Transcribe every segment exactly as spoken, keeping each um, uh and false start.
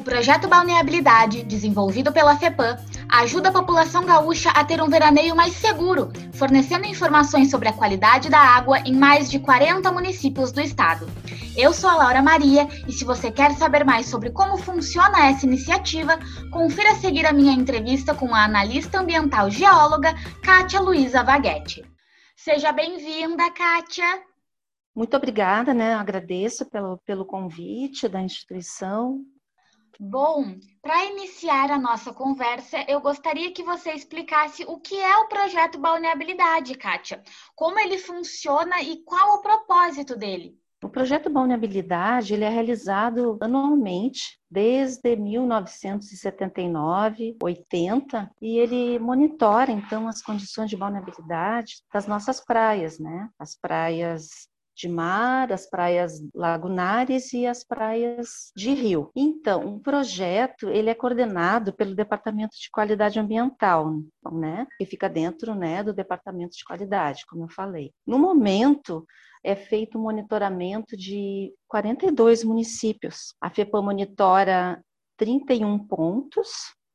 O projeto Balneabilidade, desenvolvido pela FEPAM, ajuda a população gaúcha a ter um veraneio mais seguro, fornecendo informações sobre a qualidade da água em mais de quarenta municípios do estado. Eu sou a Laura Maria e se você quer saber mais sobre como funciona essa iniciativa, confira a seguir a minha entrevista com a analista ambiental geóloga Kátia Luísa Vaguetti. Seja bem-vinda, Kátia! Muito obrigada, né? Agradeço pelo, pelo convite da instituição. Bom, para iniciar a nossa conversa, eu gostaria que você explicasse o que é o projeto Balneabilidade, Kátia. Como ele funciona e qual o propósito dele? O projeto Balneabilidade ele é realizado anualmente desde mil novecentos e setenta e nove, oitenta, e ele monitora então as condições de balneabilidade das nossas praias, né? As praias de mar, as praias lagunares e as praias de rio. Então, o projeto ele é coordenado pelo Departamento de Qualidade Ambiental, né? Que fica dentro, né, do Departamento de Qualidade, como eu falei. No momento, é feito um monitoramento de quarenta e dois municípios. A FEPAM monitora trinta e um pontos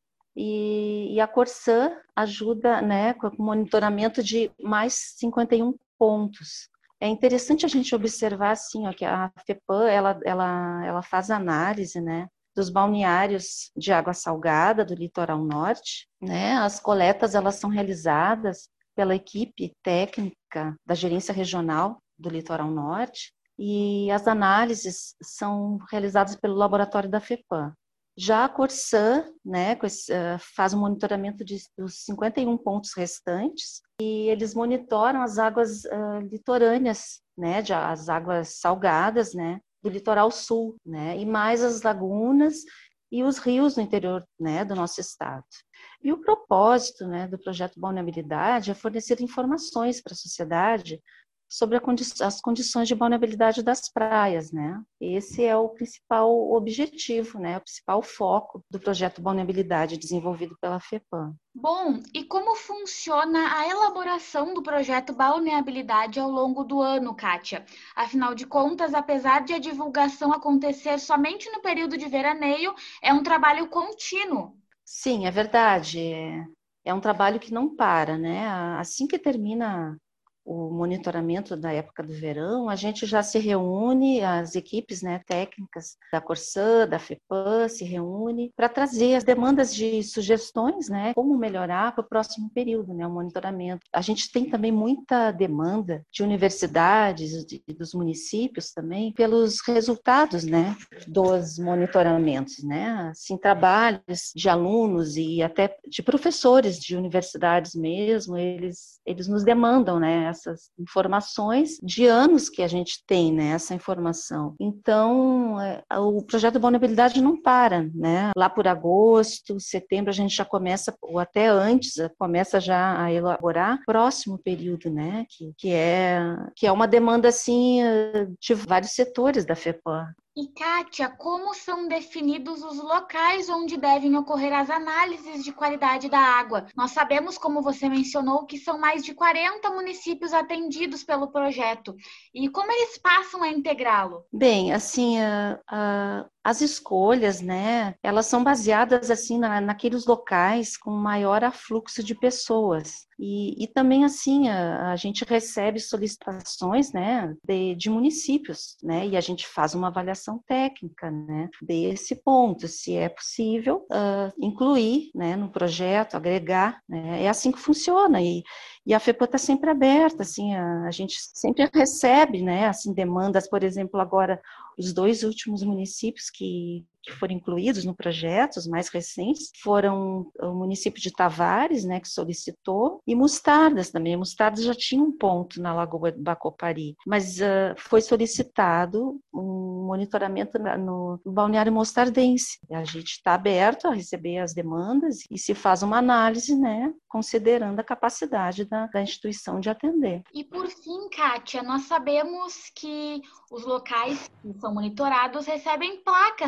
e, e a Corsã ajuda, né, com o monitoramento de mais cinquenta e um pontos. É interessante a gente observar assim, ó, que a FEPAM ela, ela, ela faz análise, né, dos balneários de água salgada do litoral norte, né? As coletas elas são realizadas pela equipe técnica da gerência regional do litoral norte e as análises são realizadas pelo laboratório da FEPAM. Já a Corsã, né, faz o monitoramento de, dos cinquenta e um pontos restantes e eles monitoram as águas uh, litorâneas, né, de, as águas salgadas, né, do litoral sul, né, e mais as lagunas e os rios no interior, né, do nosso estado. E o propósito, né, do projeto Balneabilidade é fornecer informações para a sociedade sobre a condi- as condições de vulnerabilidade das praias, né? Esse é o principal objetivo, né? O principal foco do projeto Vulnerabilidade desenvolvido pela FEPAM. Bom, e como funciona a elaboração do projeto Balneabilidade ao longo do ano, Kátia? Afinal de contas, apesar de a divulgação acontecer somente no período de veraneio, é um trabalho contínuo. Sim, é verdade. É, é um trabalho que não para, né? Assim que termina o monitoramento da época do verão, a gente já se reúne, as equipes, né, técnicas da Corsã, da FEPAM, se reúne para trazer as demandas de sugestões, né, como melhorar para o próximo período, né, o monitoramento. A gente tem também muita demanda de universidades e dos municípios também pelos resultados, né, dos monitoramentos, né, assim, trabalhos de alunos e até de professores de universidades mesmo, eles, eles nos demandam, né, essas informações de anos que a gente tem, né, essa informação. Então, é, o projeto Vulnerabilidade não para, né? Lá por agosto, setembro, a gente já começa, ou até antes, começa já a elaborar o próximo período, né? Que, que, é, que é uma demanda, assim, de vários setores da FEPAM. E, Kátia, como são definidos os locais onde devem ocorrer as análises de qualidade da água? Nós sabemos, como você mencionou, que são mais de quarenta municípios atendidos pelo projeto. E como eles passam a integrá-lo? Bem, assim, a, a, as escolhas, né, elas são baseadas, assim, na, naqueles locais com maior afluxo de pessoas. E, e também, assim, a, a gente recebe solicitações, né, de, de municípios, né, e a gente faz uma avaliação técnica, né, desse ponto, se é possível uh, incluir, né, no projeto, agregar, né, é assim que funciona. E, e a FEPAM está sempre aberta, assim, a, a gente sempre recebe, né, assim, demandas, por exemplo, agora, os dois últimos municípios que, que foram incluídos no projeto, os mais recentes, foram o município de Tavares, né, que solicitou, e Mostardas também. Mostardas já tinha um ponto na Lagoa do Bacopari, mas uh, foi solicitado um monitoramento no, no balneário mostardense. A gente está aberto a receber as demandas e se faz uma análise, né, considerando a capacidade da, da instituição de atender. E por fim, Kátia, nós sabemos que os locais que são monitorados recebem placas para sinalizar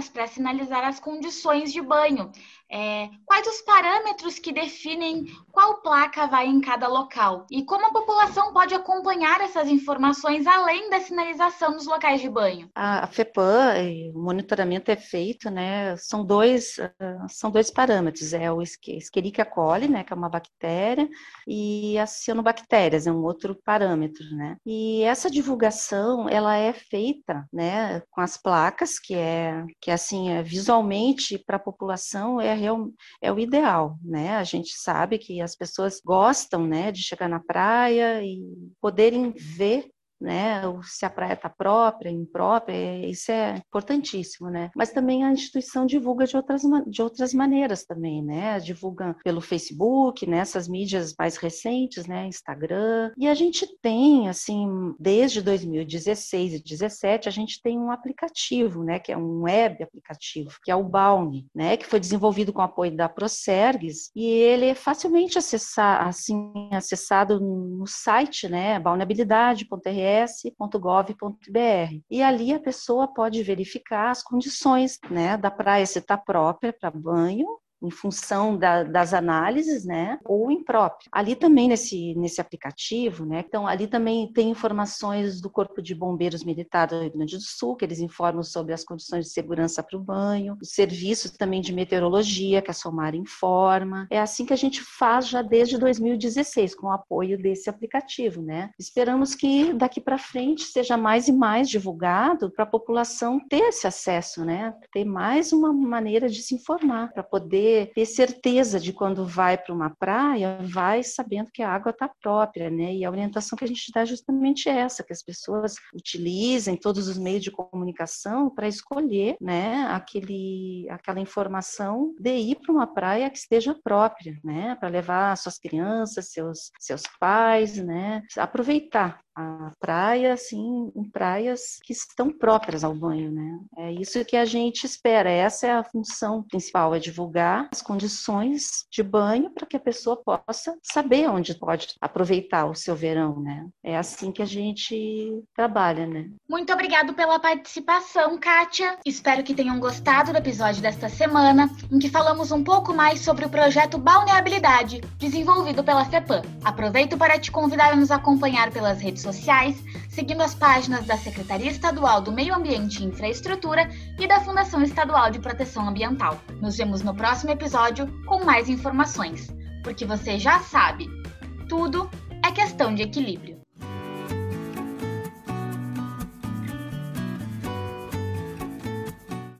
analisar as condições de banho. É, quais os parâmetros que definem qual placa vai em cada local? E como a população pode acompanhar essas informações além da sinalização nos locais de banho? A, a FEPAM, o monitoramento é feito, né? São dois, uh, são dois parâmetros, é o Escherichia coli, né, que é uma bactéria, e as cianobactérias, é um outro parâmetro, né? E essa divulgação, ela é feita, né, com as placas, que é, que assim, é, visualmente para a população é real, é o ideal, né? A gente sabe que as pessoas gostam, né, de chegar na praia e poderem ver, né, se a praia está própria, imprópria, isso é importantíssimo, né? Mas também a instituição divulga de outras, de outras maneiras também, né? Divulga pelo Facebook, nessas né, mídias mais recentes, né, Instagram. E a gente tem, assim, desde dois mil e dezesseis e dois mil e dezessete, a gente tem um aplicativo, né, que é um web aplicativo, que é o Balne, né, que foi desenvolvido com apoio da Procergs, e ele é facilmente acessar, assim, acessado no site, né, balneabilidade ponto r s ponto gov ponto b r. E ali a pessoa pode verificar as condições, né, da praia, se está própria para banho, em função da, das análises, né, ou impróprio. Ali também nesse, nesse aplicativo, né, então ali também tem informações do Corpo de Bombeiros Militar do Rio Grande do Sul, que eles informam sobre as condições de segurança para o banho, os serviços também de meteorologia, que a Somar informa. É assim que a gente faz já desde dois mil e dezesseis, com o apoio desse aplicativo, né. Esperamos que daqui para frente seja mais e mais divulgado para a população ter esse acesso, né, ter mais uma maneira de se informar, para poder ter certeza de quando vai para uma praia, vai sabendo que a água está própria, né? E a orientação que a gente dá é justamente essa, que as pessoas utilizem todos os meios de comunicação para escolher, né, aquele, aquela informação de ir para uma praia que esteja própria, né? Para levar suas crianças, seus, seus pais, né? Aproveitar a praia, assim, em praias que estão próprias ao banho, né? É isso que a gente espera, essa é a função principal, é divulgar as condições de banho para que a pessoa possa saber onde pode aproveitar o seu verão, né? É assim que a gente trabalha, né? Muito obrigado pela participação, Kátia. Espero que tenham gostado do episódio desta semana, em que falamos um pouco mais sobre o projeto Balneabilidade, desenvolvido pela FEPAM. Aproveito para te convidar a nos acompanhar pelas redes sociais, seguindo as páginas da Secretaria Estadual do Meio Ambiente e Infraestrutura e da Fundação Estadual de Proteção Ambiental. Nos vemos no próximo episódio com mais informações, porque você já sabe, tudo é questão de equilíbrio.